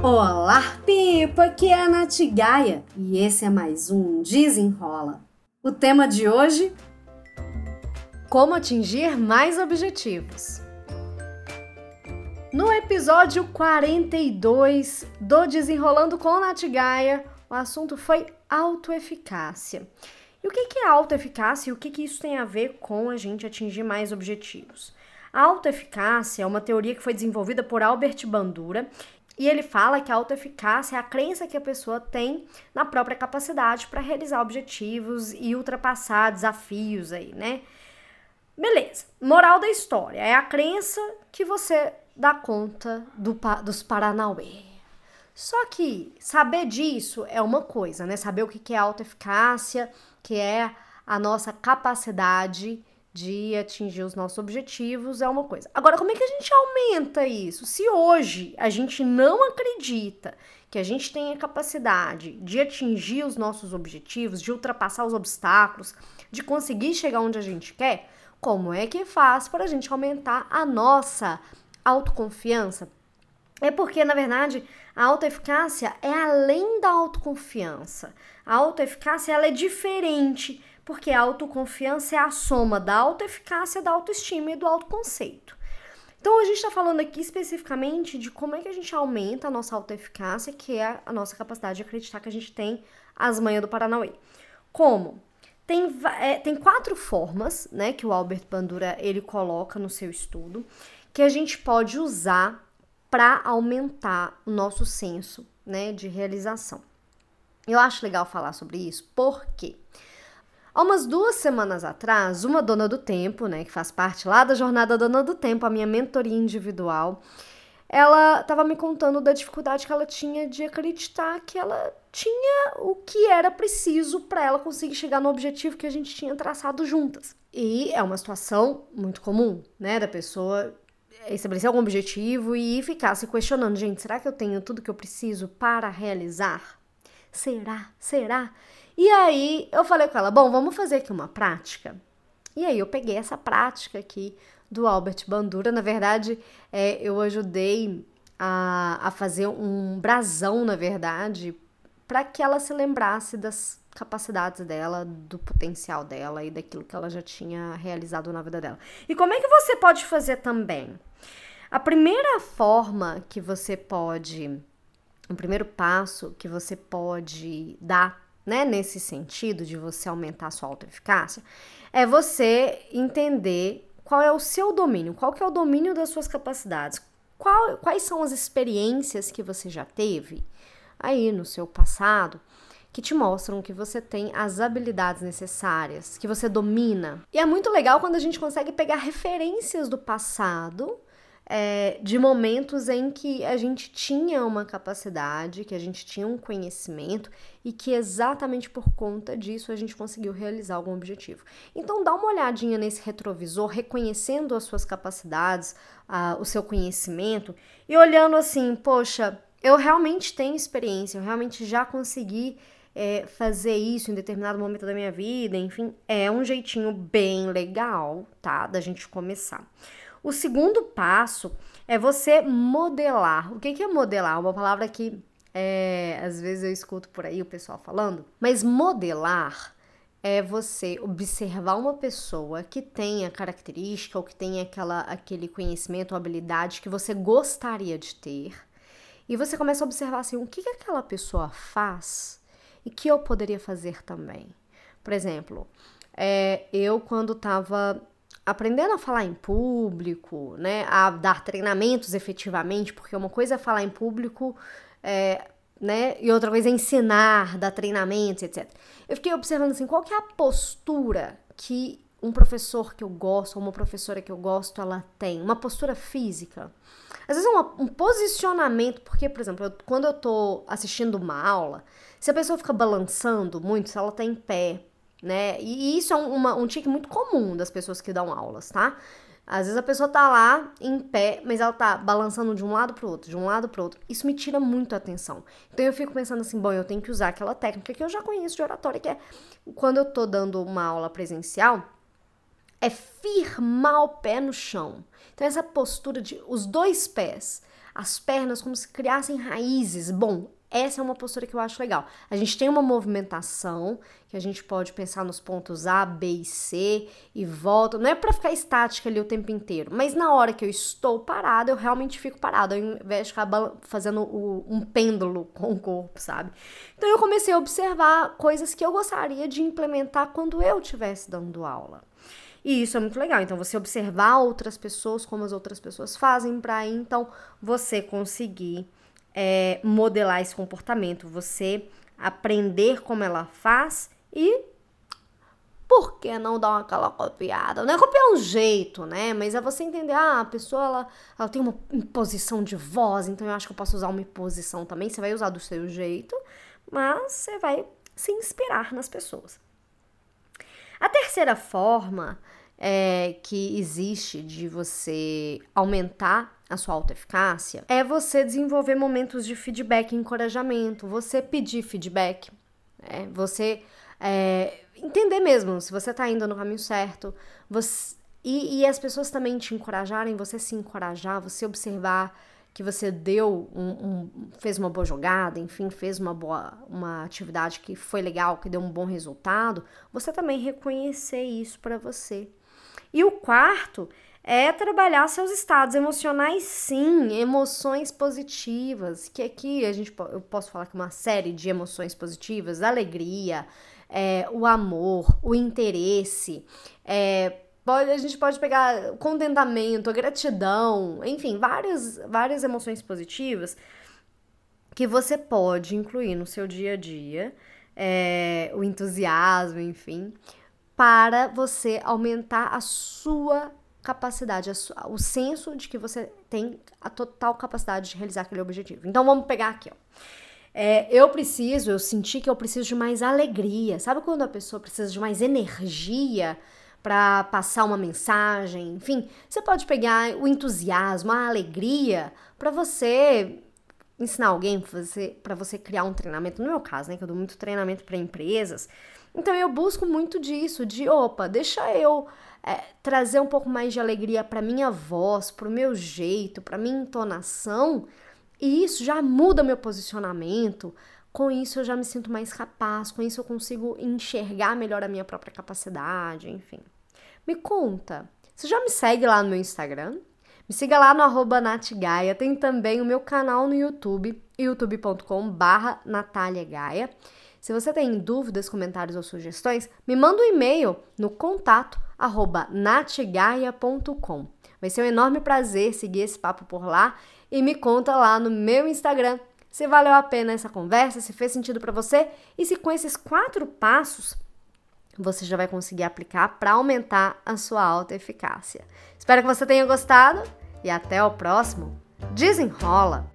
Olá, Pipa! Aqui é a Nath Gaia e esse é mais um Desenrola. O tema de hoje: como atingir mais objetivos. No episódio 42 do Desenrolando com Nath Gaia, o assunto foi autoeficácia. E o que é autoeficácia e o que isso tem a ver com a gente atingir mais objetivos? A autoeficácia é uma teoria que foi desenvolvida por Albert Bandura e ele fala que a autoeficácia é a crença que a pessoa tem na própria capacidade para realizar objetivos e ultrapassar desafios aí, né? Beleza, moral da história, é a crença que você dá conta dos Paranauê. Só que saber disso é uma coisa, né? Saber o que é autoeficácia, que é a nossa capacidade de atingir os nossos objetivos, é uma coisa. Agora, como é que a gente aumenta isso? Se hoje a gente não acredita que a gente tem a capacidade de atingir os nossos objetivos, de ultrapassar os obstáculos, de conseguir chegar onde a gente quer, como é que faz para a gente aumentar a nossa autoconfiança? É porque, na verdade, a autoeficácia é além da autoconfiança. A autoeficácia ela é diferente, porque a autoconfiança é a soma da autoeficácia, da autoestima e do autoconceito. Então, a gente está falando aqui especificamente de como é que a gente aumenta a nossa autoeficácia, que é a nossa capacidade de acreditar que a gente tem as manhas do Paranauê. Como? Tem 4 formas, né, que o Albert Bandura ele coloca no seu estudo, que a gente pode usar para aumentar o nosso senso, né, de realização. Eu acho legal falar sobre isso, porque há umas 2 semanas atrás, uma dona do tempo, né, que faz parte lá da jornada Dona do Tempo, a minha mentoria individual, ela estava me contando da dificuldade que ela tinha de acreditar que ela tinha o que era preciso para ela conseguir chegar no objetivo que a gente tinha traçado juntas. E é uma situação muito comum, né, da pessoa estabelecer algum objetivo e ficar se questionando, gente, será que eu tenho tudo que eu preciso para realizar? Será? E aí eu falei com ela, bom, vamos fazer aqui uma prática. E aí eu peguei essa prática aqui do Albert Bandura. Na verdade, eu ajudei a fazer um brasão, na verdade, para que ela se lembrasse das capacidades dela, do potencial dela e daquilo que ela já tinha realizado na vida dela. E como é que você pode fazer também? A primeira forma que você pode, o primeiro passo que você pode dar, né, nesse sentido de você aumentar a sua autoeficácia, é você entender qual é o seu domínio, qual que é o domínio das suas capacidades, quais são as experiências que você já teve aí no seu passado, que te mostram que você tem as habilidades necessárias, que você domina. E é muito legal quando a gente consegue pegar referências do passado, de momentos em que a gente tinha uma capacidade, que a gente tinha um conhecimento e que exatamente por conta disso a gente conseguiu realizar algum objetivo. Então dá uma olhadinha nesse retrovisor, reconhecendo as suas capacidades, o seu conhecimento e olhando assim, poxa, eu realmente tenho experiência, eu realmente já consegui fazer isso em determinado momento da minha vida, enfim, é um jeitinho bem legal, tá, da gente começar. O segundo passo é você modelar. O que é modelar? Uma palavra que às vezes eu escuto por aí o pessoal falando, mas modelar é você observar uma pessoa que tem a característica ou que tem aquele conhecimento ou habilidade que você gostaria de ter e você começa a observar assim, o que aquela pessoa faz e que eu poderia fazer também. Por exemplo, eu quando estava aprendendo a falar em público, né, a dar treinamentos efetivamente, porque uma coisa é falar em público, né, e outra coisa é ensinar, dar treinamentos, etc. Eu fiquei observando assim, qual que é a postura que um professor que eu gosto, ou uma professora que eu gosto, ela tem, uma postura física. Às vezes é um posicionamento, porque, por exemplo, quando eu tô assistindo uma aula, se a pessoa fica balançando muito, se ela tá em pé, né? E isso é um tique muito comum das pessoas que dão aulas, tá? Às vezes a pessoa tá lá em pé, mas ela tá balançando de um lado pro outro, de um lado pro outro. Isso me tira muito a atenção. Então eu fico pensando assim, bom, eu tenho que usar aquela técnica que eu já conheço de oratória, que é quando eu tô dando uma aula presencial, é firmar o pé no chão. Então essa postura de os 2 pés as pernas como se criassem raízes. Bom, essa é uma postura que eu acho legal. A gente tem uma movimentação que a gente pode pensar nos pontos A, B e C e volta. Não é pra ficar estática ali o tempo inteiro, mas na hora que eu estou parada, eu realmente fico parada, ao invés de ficar fazendo um pêndulo com o corpo, sabe? Então eu comecei a observar coisas que eu gostaria de implementar quando eu estivesse dando aula. E isso é muito legal. Então, você observar outras pessoas, como as outras pessoas fazem, para então você conseguir modelar esse comportamento, você aprender como ela faz e por que não dar aquela copiada? Não é copiar um jeito, né? Mas é você entender, a pessoa ela tem uma imposição de voz, então eu acho que eu posso usar uma imposição também. Você vai usar do seu jeito, mas você vai se inspirar nas pessoas. A terceira forma que existe de você aumentar a sua autoeficácia é você desenvolver momentos de feedback e encorajamento, você pedir feedback, você entender mesmo se você tá indo no caminho certo, e as pessoas também te encorajarem, você se encorajar, você observar que você fez uma boa jogada, enfim, fez uma atividade que foi legal, que deu um bom resultado, você também reconhecer isso pra você. E o quarto é trabalhar seus estados emocionais, sim, emoções positivas, que aqui eu posso falar que uma série de emoções positivas, alegria, o amor, o interesse, a gente pode pegar o contentamento, a gratidão, enfim, várias emoções positivas que você pode incluir no seu dia a dia, o entusiasmo, enfim, para você aumentar a sua capacidade, o senso de que você tem a total capacidade de realizar aquele objetivo. Então, vamos pegar aqui, ó. Eu senti que eu preciso de mais alegria. Sabe quando a pessoa precisa de mais energia para passar uma mensagem? Enfim, você pode pegar o entusiasmo, a alegria, para você ensinar alguém, para você criar um treinamento. No meu caso, né, que eu dou muito treinamento para empresas. Então, eu busco muito disso, deixa eu trazer um pouco mais de alegria para minha voz, para o meu jeito, para minha entonação, e isso já muda meu posicionamento. Com isso, eu já me sinto mais capaz, com isso eu consigo enxergar melhor a minha própria capacidade, enfim. Me conta, você já me segue lá no meu Instagram? Me siga lá no @natgaia, tem também o meu canal no YouTube, youtube.com/nataliagaia. Se você tem dúvidas, comentários ou sugestões, me manda um e-mail no contato@natgaia.com. Vai ser um enorme prazer seguir esse papo por lá e me conta lá no meu Instagram se valeu a pena essa conversa, se fez sentido para você e se com esses 4 passos você já vai conseguir aplicar para aumentar a sua autoeficácia. Espero que você tenha gostado e até o próximo. Desenrola!